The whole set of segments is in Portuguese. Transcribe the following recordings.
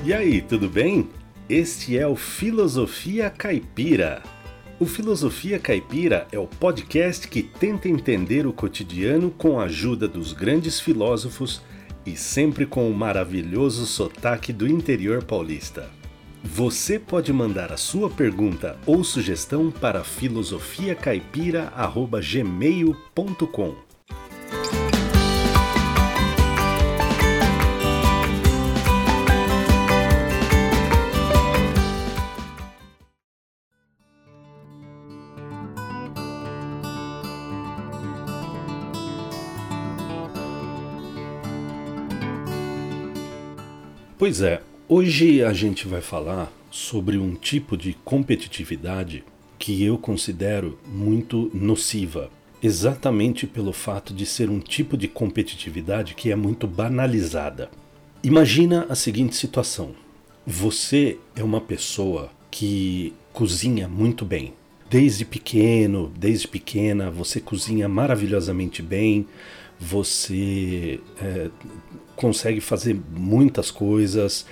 E aí, tudo bem? Este é o Filosofia Caipira. O Filosofia Caipira é o podcast que tenta entender o cotidiano com a ajuda dos grandes filósofos e sempre com o maravilhoso sotaque do interior paulista. Você pode mandar a sua pergunta ou sugestão para filosofiacaipira@gmail.com. Pois é, hoje a gente vai falar sobre um tipo de competitividade que eu considero muito nociva, exatamente pelo fato de ser um tipo de competitividade que é muito banalizada. Imagina a seguinte situação: você é uma pessoa que cozinha muito bem. Desde pequena, você cozinha maravilhosamente bem, você consegue fazer muitas coisas,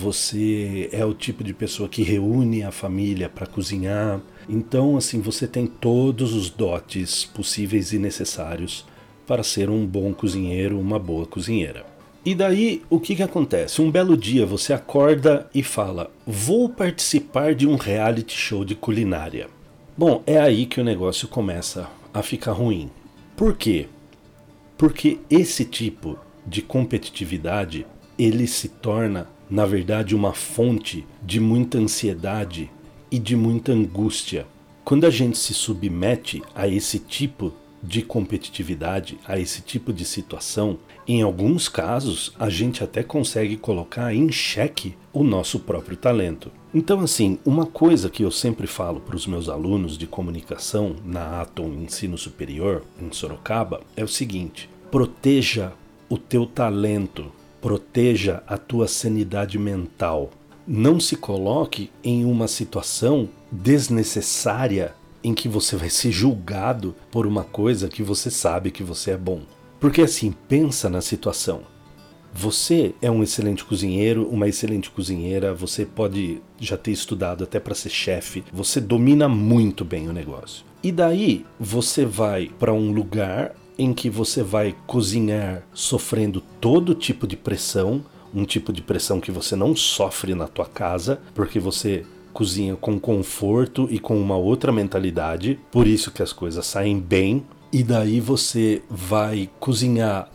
você é o tipo de pessoa que reúne a família para cozinhar. Então, assim, você tem todos os dotes possíveis e necessários para ser um bom cozinheiro, uma boa cozinheira. E daí, o que acontece? Um belo dia você acorda e fala: vou participar de um reality show de culinária. Bom, é aí que o negócio começa a ficar ruim. Por quê? Porque esse tipo de competitividade, ele se torna, na verdade, uma fonte de muita ansiedade e de muita angústia. Quando a gente se submete a esse tipo de competitividade, a esse tipo de situação, em alguns casos a gente até consegue colocar em xeque o nosso próprio talento. Então, assim, uma coisa que eu sempre falo para os meus alunos de comunicação na Atom Ensino Superior, em Sorocaba, é o seguinte: proteja o teu talento, proteja a tua sanidade mental. Não se coloque em uma situação desnecessária em que você vai ser julgado por uma coisa que você sabe que você é bom. Porque assim, pensa na situação. Você é um excelente cozinheiro, uma excelente cozinheira, você pode já ter estudado até para ser chefe, você domina muito bem o negócio. E daí você vai para um lugar em que você vai cozinhar sofrendo todo tipo de pressão, um tipo de pressão que você não sofre na tua casa, porque você cozinha com conforto e com uma outra mentalidade, por isso que as coisas saem bem. E daí você vai cozinhar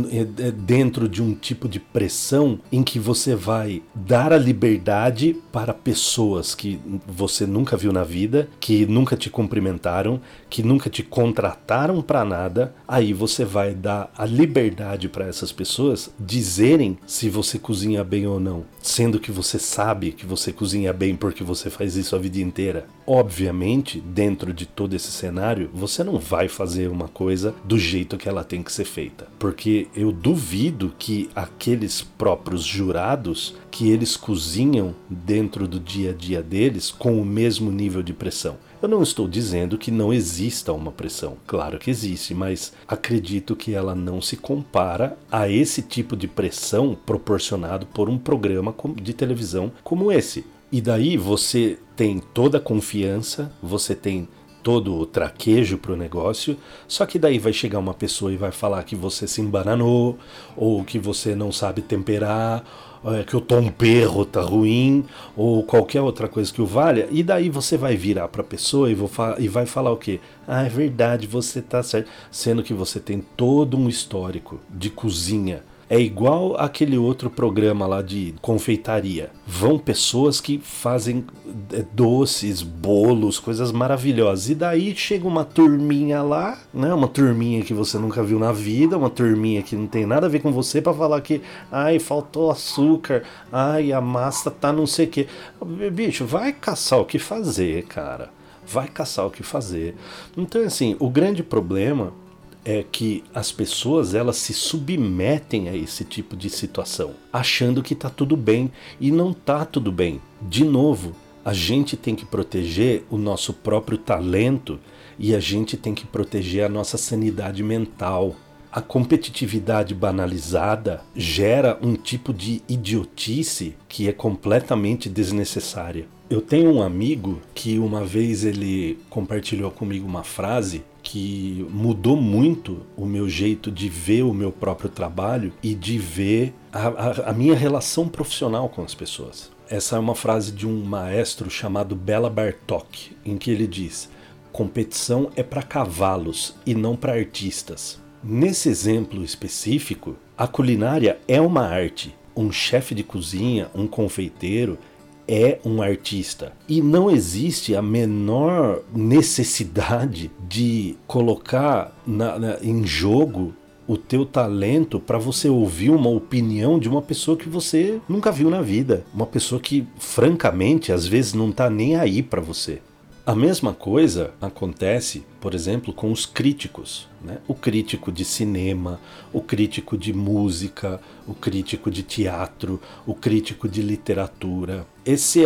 dentro de um tipo de pressão em que você vai dar a liberdade para pessoas que você nunca viu na vida, que nunca te cumprimentaram, que nunca te contrataram para nada. Aí você vai dar a liberdade para essas pessoas dizerem se você cozinha bem ou não, sendo que você sabe que você cozinha bem porque você faz isso a vida inteira. Obviamente, dentro de todo esse cenário, você não vai fazer uma coisa do jeito que ela tem que ser feita, porque eu duvido que aqueles próprios jurados, que eles cozinham dentro do dia a dia deles com o mesmo nível de pressão. Eu não estou dizendo que não exista uma pressão, claro que existe, mas acredito que ela não se compara a esse tipo de pressão proporcionado por um programa de televisão como esse. E daí você tem toda a confiança, você tem todo o traquejo para o negócio, só que daí vai chegar uma pessoa e vai falar que você se embananou, ou que você não sabe temperar, que o tempero tá ruim, ou qualquer outra coisa que o valha, e daí você vai virar para a pessoa e vai falar o quê? Ah, é verdade, você tá certo, sendo que você tem todo um histórico de cozinha. É igual aquele outro programa lá de confeitaria. Vão pessoas que fazem doces, bolos, coisas maravilhosas. E daí chega uma turminha lá, né? Uma turminha que você nunca viu na vida, uma turminha que não tem nada a ver com você, pra falar que, ai, faltou açúcar, ai, a massa tá não sei o quê. Bicho, vai caçar o que fazer, cara. Vai caçar o que fazer. Então, assim, o grande problema é que as pessoas, elas se submetem a esse tipo de situação, achando que tá tudo bem, e não tá tudo bem. De novo, a gente tem que proteger o nosso próprio talento e a gente tem que proteger a nossa sanidade mental. A competitividade banalizada gera um tipo de idiotice que é completamente desnecessária. Eu tenho um amigo que uma vez ele compartilhou comigo uma frase que mudou muito o meu jeito de ver o meu próprio trabalho e de ver a minha relação profissional com as pessoas. Essa é uma frase de um maestro chamado Bela Bartok, em que ele diz: competição é para cavalos e não para artistas. Nesse exemplo específico, a culinária é uma arte. Um chefe de cozinha, um confeiteiro, é um artista. E não existe a menor necessidade de colocar em jogo o teu talento para você ouvir uma opinião de uma pessoa que você nunca viu na vida. Uma pessoa que, francamente, às vezes não está nem aí para você. A mesma coisa acontece, por exemplo, com os críticos, né? O crítico de cinema, o crítico de música, o crítico de teatro, o crítico de literatura. Esse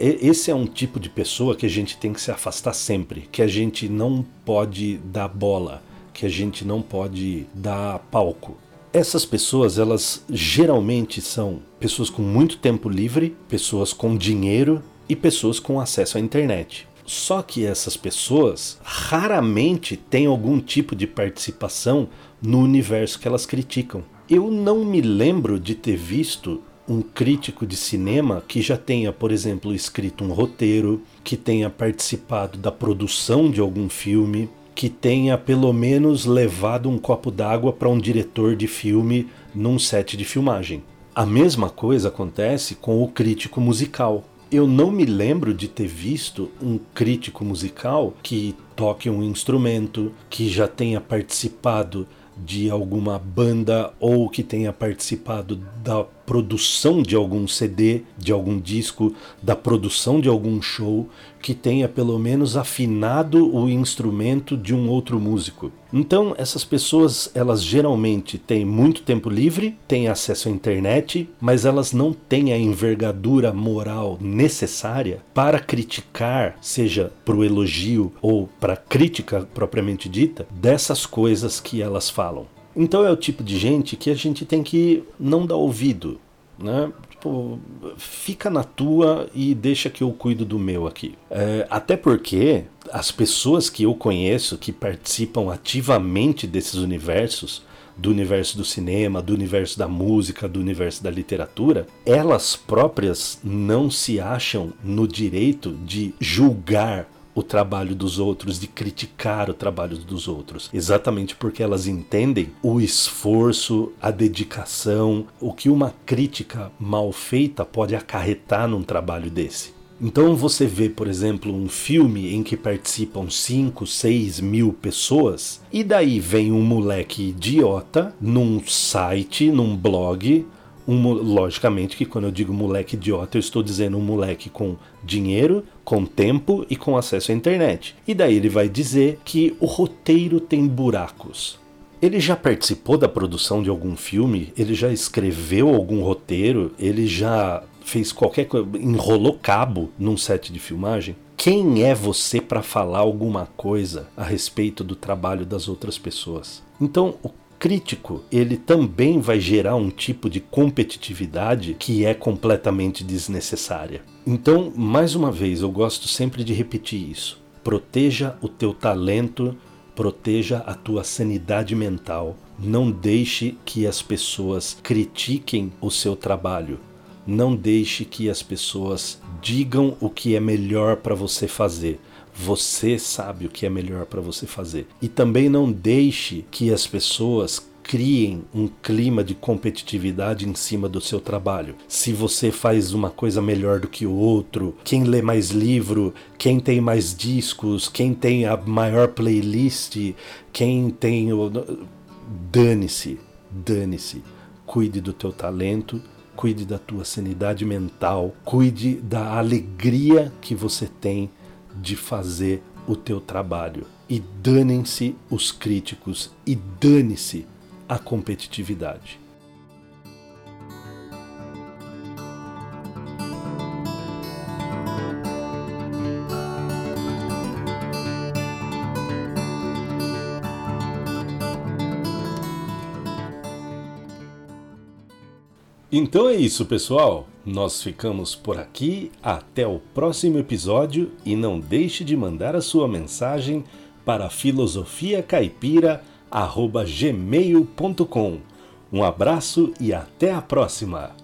é um tipo de pessoa que a gente tem que se afastar sempre, que a gente não pode dar bola, que a gente não pode dar palco. Essas pessoas, elas geralmente são pessoas com muito tempo livre, pessoas com dinheiro e pessoas com acesso à internet. Só que essas pessoas raramente têm algum tipo de participação no universo que elas criticam. Eu não me lembro de ter visto um crítico de cinema que já tenha, por exemplo, escrito um roteiro, que tenha participado da produção de algum filme, que tenha pelo menos levado um copo d'água para um diretor de filme num set de filmagem. A mesma coisa acontece com o crítico musical. Eu não me lembro de ter visto um crítico musical que toque um instrumento, que já tenha participado de alguma banda ou que tenha participado da produção de algum CD, de algum disco, da produção de algum show, que tenha pelo menos afinado o instrumento de um outro músico. Então essas pessoas, elas geralmente têm muito tempo livre, têm acesso à internet, mas elas não têm a envergadura moral necessária para criticar, seja para o elogio ou para a crítica propriamente dita, dessas coisas que elas falam. Então é o tipo de gente que a gente tem que não dar ouvido, né? Tipo, fica na tua e deixa que eu cuido do meu aqui. Até porque as pessoas que eu conheço que participam ativamente desses universos, do universo do cinema, do universo da música, do universo da literatura, elas próprias não se acham no direito de julgar o trabalho dos outros, de criticar o trabalho dos outros, exatamente porque elas entendem o esforço, a dedicação, o que uma crítica mal feita pode acarretar num trabalho desse. Então você vê, por exemplo, um filme em que participam 5, 6 mil pessoas, e daí vem um moleque idiota num site, num blog. Logicamente que quando eu digo moleque idiota, eu estou dizendo um moleque com dinheiro, com tempo e com acesso à internet. E daí ele vai dizer que o roteiro tem buracos. Ele já participou da produção de algum filme? Ele já escreveu algum roteiro? Ele já fez qualquer coisa, enrolou cabo num set de filmagem? Quem é você para falar alguma coisa a respeito do trabalho das outras pessoas? Então, o crítico, ele também vai gerar um tipo de competitividade que é completamente desnecessária. Então, mais uma vez, eu gosto sempre de repetir isso. Proteja o teu talento, proteja a tua sanidade mental. Não deixe que as pessoas critiquem o seu trabalho. Não deixe que as pessoas digam o que é melhor para você fazer. Você sabe o que é melhor para você fazer. E também não deixe que as pessoas criem um clima de competitividade em cima do seu trabalho. Se você faz uma coisa melhor do que o outro, quem lê mais livro, quem tem mais discos, quem tem a maior playlist, quem tem o... Dane-se, dane-se. Cuide do teu talento, cuide da tua sanidade mental, cuide da alegria que você tem de fazer o teu trabalho. E danem-se os críticos e dane-se a competitividade. Então é isso, pessoal. Nós ficamos por aqui. Até o próximo episódio e não deixe de mandar a sua mensagem para filosofiacaipira@gmail.com. Um abraço e até a próxima!